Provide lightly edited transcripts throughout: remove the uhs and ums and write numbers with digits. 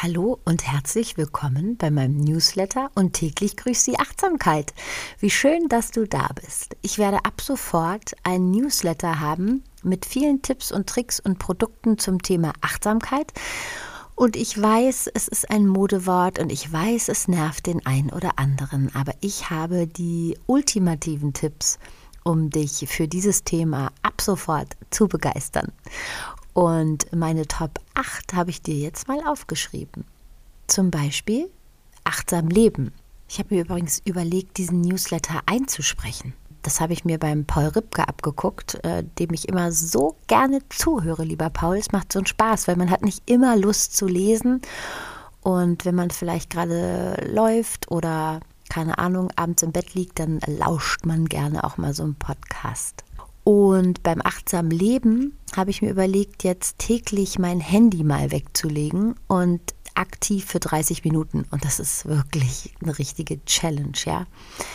Hallo und herzlich willkommen bei meinem Newsletter und täglich grüßt die Achtsamkeit. Wie schön, dass du da bist. Ich werde ab sofort einen Newsletter haben mit vielen Tipps und Tricks und Produkten zum Thema Achtsamkeit. Und ich weiß, es ist ein Modewort und ich weiß, es nervt den einen oder anderen. Aber ich habe die ultimativen Tipps, um dich für dieses Thema ab sofort zu begeistern. Und meine Top 8 habe ich dir jetzt mal aufgeschrieben. Zum Beispiel achtsam leben. Ich habe mir übrigens überlegt, diesen Newsletter einzusprechen. Das habe ich mir beim Paul Ripke abgeguckt, dem ich immer so gerne zuhöre, lieber Paul. Es macht so einen Spaß, weil man hat nicht immer Lust zu lesen. Und wenn man vielleicht gerade läuft oder, keine Ahnung, abends im Bett liegt, dann lauscht man gerne auch mal so einen Podcast. Und beim achtsamen Leben habe ich mir überlegt, jetzt täglich mein Handy mal wegzulegen und aktiv für 30 Minuten. Und das ist wirklich eine richtige Challenge, ja.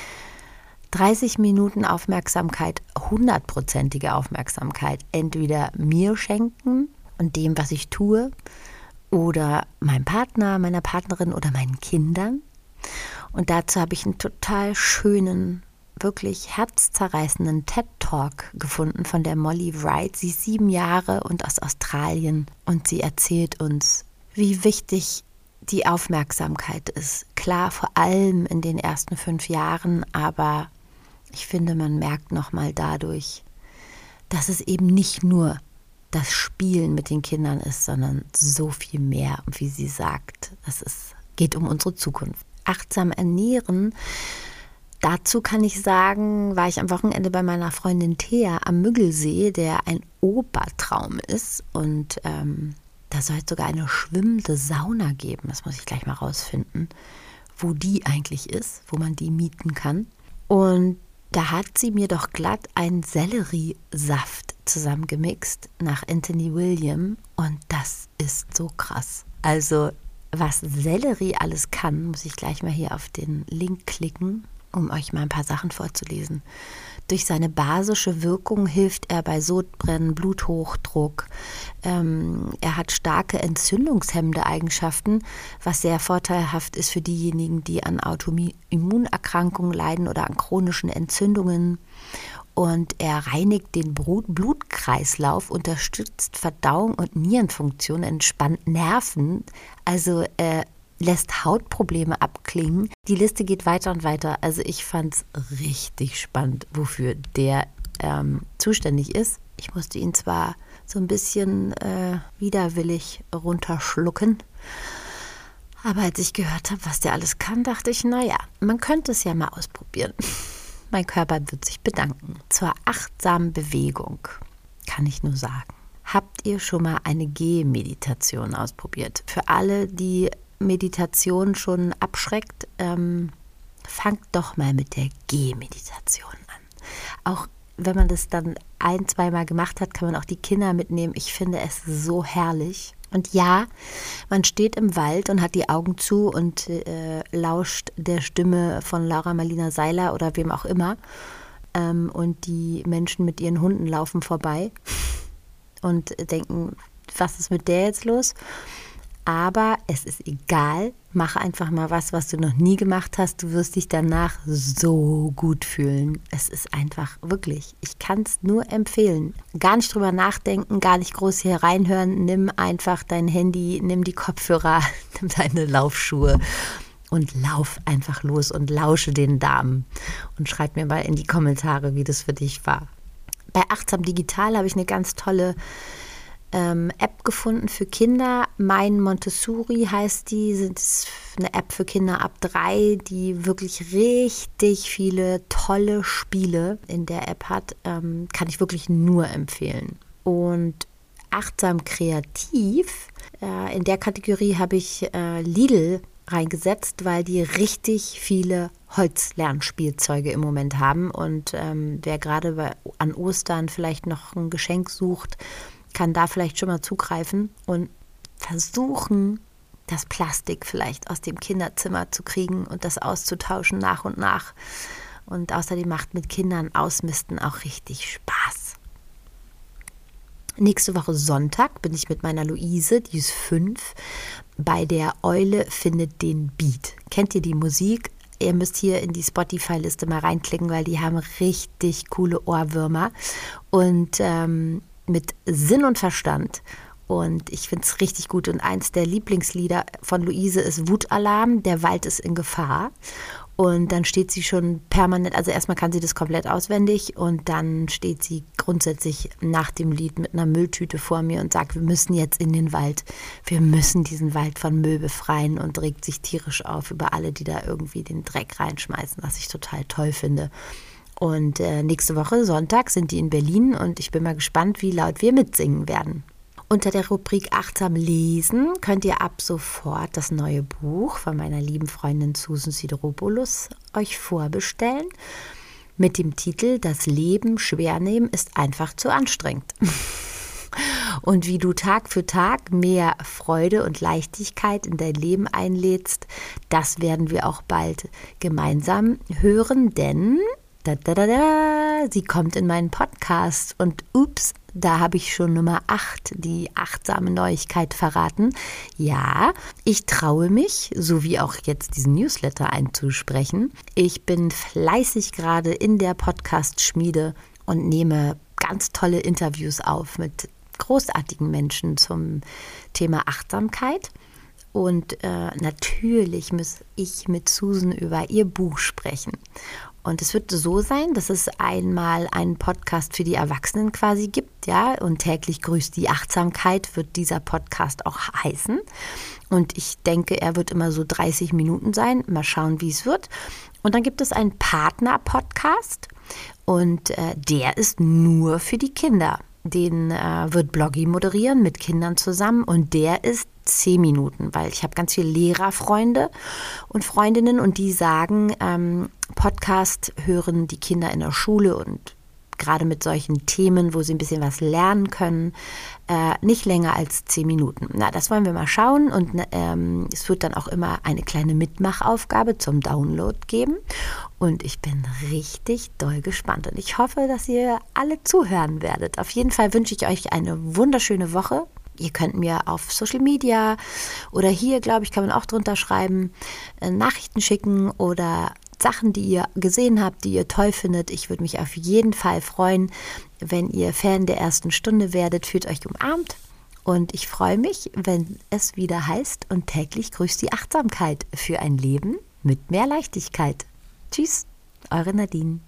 30 Minuten Aufmerksamkeit, 100%ige Aufmerksamkeit, entweder mir schenken und dem, was ich tue, oder meinem Partner, meiner Partnerin oder meinen Kindern. Und dazu habe ich einen total schönen, wirklich herzzerreißenden TED-Talk gefunden von der Molly Wright. Sie ist 7 Jahre und aus Australien und sie erzählt uns, wie wichtig die Aufmerksamkeit ist. Klar, vor allem in den ersten 5 Jahren, aber ich finde, man merkt nochmal dadurch, dass es eben nicht nur das Spielen mit den Kindern ist, sondern so viel mehr. Und wie sie sagt, geht um unsere Zukunft. Achtsam ernähren. Dazu kann ich sagen, war ich am Wochenende bei meiner Freundin Thea am Müggelsee, der ein Obertraum ist. Und da soll es sogar eine schwimmende Sauna geben. Das muss ich gleich mal rausfinden, wo die eigentlich ist, wo man die mieten kann. Und da hat sie mir doch glatt einen Selleriesaft zusammengemixt nach Anthony William. Und das ist so krass. Also was Sellerie alles kann, muss ich gleich mal hier auf den Link klicken, um euch mal ein paar Sachen vorzulesen. Durch seine basische Wirkung hilft er bei Sodbrennen, Bluthochdruck. Er hat starke entzündungshemmende Eigenschaften, was sehr vorteilhaft ist für diejenigen, die an Autoimmunerkrankungen leiden oder an chronischen Entzündungen. Und er reinigt den Blutkreislauf, unterstützt Verdauung und Nierenfunktion, entspannt Nerven. Also lässt Hautprobleme abklingen. Die Liste geht weiter und weiter. Also ich fand es richtig spannend, wofür der zuständig ist. Ich musste ihn zwar so ein bisschen widerwillig runterschlucken, aber als ich gehört habe, was der alles kann, dachte ich, naja, man könnte es ja mal ausprobieren. Mein Körper wird sich bedanken. Zur achtsamen Bewegung kann ich nur sagen. Habt ihr schon mal eine Gehmeditation ausprobiert? Für alle, die Meditation schon abschreckt, fangt doch mal mit der Gehmeditation an. Auch wenn man das dann 1-2 Mal gemacht hat, kann man auch die Kinder mitnehmen. Ich finde es so herrlich. Und ja, man steht im Wald und hat die Augen zu und lauscht der Stimme von Laura Marlina Seiler oder wem auch immer. Und die Menschen mit ihren Hunden laufen vorbei und denken, was ist mit der jetzt los? Aber es ist egal, mach einfach mal was du noch nie gemacht hast. Du wirst dich danach so gut fühlen. Es ist einfach wirklich, ich kann es nur empfehlen. Gar nicht drüber nachdenken, gar nicht groß hier reinhören. Nimm einfach dein Handy, nimm die Kopfhörer, nimm deine Laufschuhe und lauf einfach los und lausche den Damen. Und schreib mir mal in die Kommentare, wie das für dich war. Bei Achtsam Digital habe ich eine ganz tolle App gefunden für Kinder. Mein Montessori heißt die, ist eine App für Kinder ab 3, die wirklich richtig viele tolle Spiele in der App hat. Kann ich wirklich nur empfehlen. Und achtsam kreativ, in der Kategorie habe ich Lidl reingesetzt, weil die richtig viele Holzlernspielzeuge im Moment haben. Und wer gerade an Ostern vielleicht noch ein Geschenk sucht, kann da vielleicht schon mal zugreifen und versuchen, das Plastik vielleicht aus dem Kinderzimmer zu kriegen und das auszutauschen nach und nach. Und außerdem macht mit Kindern Ausmisten auch richtig Spaß. Nächste Woche Sonntag bin ich mit meiner Luise, die ist 5, Bei der Eule findet den Beat. Kennt ihr die Musik? Ihr müsst hier in die Spotify-Liste mal reinklicken, weil die haben richtig coole Ohrwürmer und mit Sinn und Verstand. Und ich finde es richtig gut. Und eins der Lieblingslieder von Luise ist Wutalarm, der Wald ist in Gefahr. Und dann steht sie schon permanent, also erstmal kann sie das komplett auswendig und dann steht sie grundsätzlich nach dem Lied mit einer Mülltüte vor mir und sagt, wir müssen jetzt in den Wald, wir müssen diesen Wald von Müll befreien und regt sich tierisch auf über alle, die da irgendwie den Dreck reinschmeißen, was ich total toll finde. Und nächste Woche, Sonntag, sind die in Berlin und ich bin mal gespannt, wie laut wir mitsingen werden. Unter der Rubrik Achtsam lesen könnt ihr ab sofort das neue Buch von meiner lieben Freundin Susan Sideropoulos euch vorbestellen mit dem Titel Das Leben schwer nehmen ist einfach zu anstrengend. Und wie du Tag für Tag mehr Freude und Leichtigkeit in dein Leben einlädst, das werden wir auch bald gemeinsam hören, denn sie kommt in meinen Podcast und ups, da habe ich schon Nummer 8, die achtsame Neuigkeit verraten. Ja, ich traue mich, so wie auch jetzt diesen Newsletter einzusprechen. Ich bin fleißig gerade in der Podcast-Schmiede und nehme ganz tolle Interviews auf mit großartigen Menschen zum Thema Achtsamkeit. Und natürlich muss ich mit Susan über ihr Buch sprechen. Und es wird so sein, dass es einmal einen Podcast für die Erwachsenen quasi gibt, ja, und täglich grüßt die Achtsamkeit wird dieser Podcast auch heißen. Und ich denke, er wird immer so 30 Minuten sein. Mal schauen, wie es wird. Und dann gibt es einen Partner-Podcast und der ist nur für die Kinder. Den wird Bloggy moderieren mit Kindern zusammen und der ist 10 Minuten, weil ich habe ganz viele Lehrerfreunde und Freundinnen und die sagen, Podcast hören die Kinder in der Schule und gerade mit solchen Themen, wo sie ein bisschen was lernen können, nicht länger als 10 Minuten. Na, das wollen wir mal schauen und es wird dann auch immer eine kleine Mitmachaufgabe zum Download geben und ich bin richtig doll gespannt und ich hoffe, dass ihr alle zuhören werdet. Auf jeden Fall wünsche ich euch eine wunderschöne Woche. Ihr könnt mir auf Social Media oder hier, glaube ich, kann man auch drunter schreiben, Nachrichten schicken oder Sachen, die ihr gesehen habt, die ihr toll findet. Ich würde mich auf jeden Fall freuen, wenn ihr Fan der ersten Stunde werdet, fühlt euch umarmt. Und ich freue mich, wenn es wieder heißt und täglich grüßt die Achtsamkeit für ein Leben mit mehr Leichtigkeit. Tschüss, eure Nadine.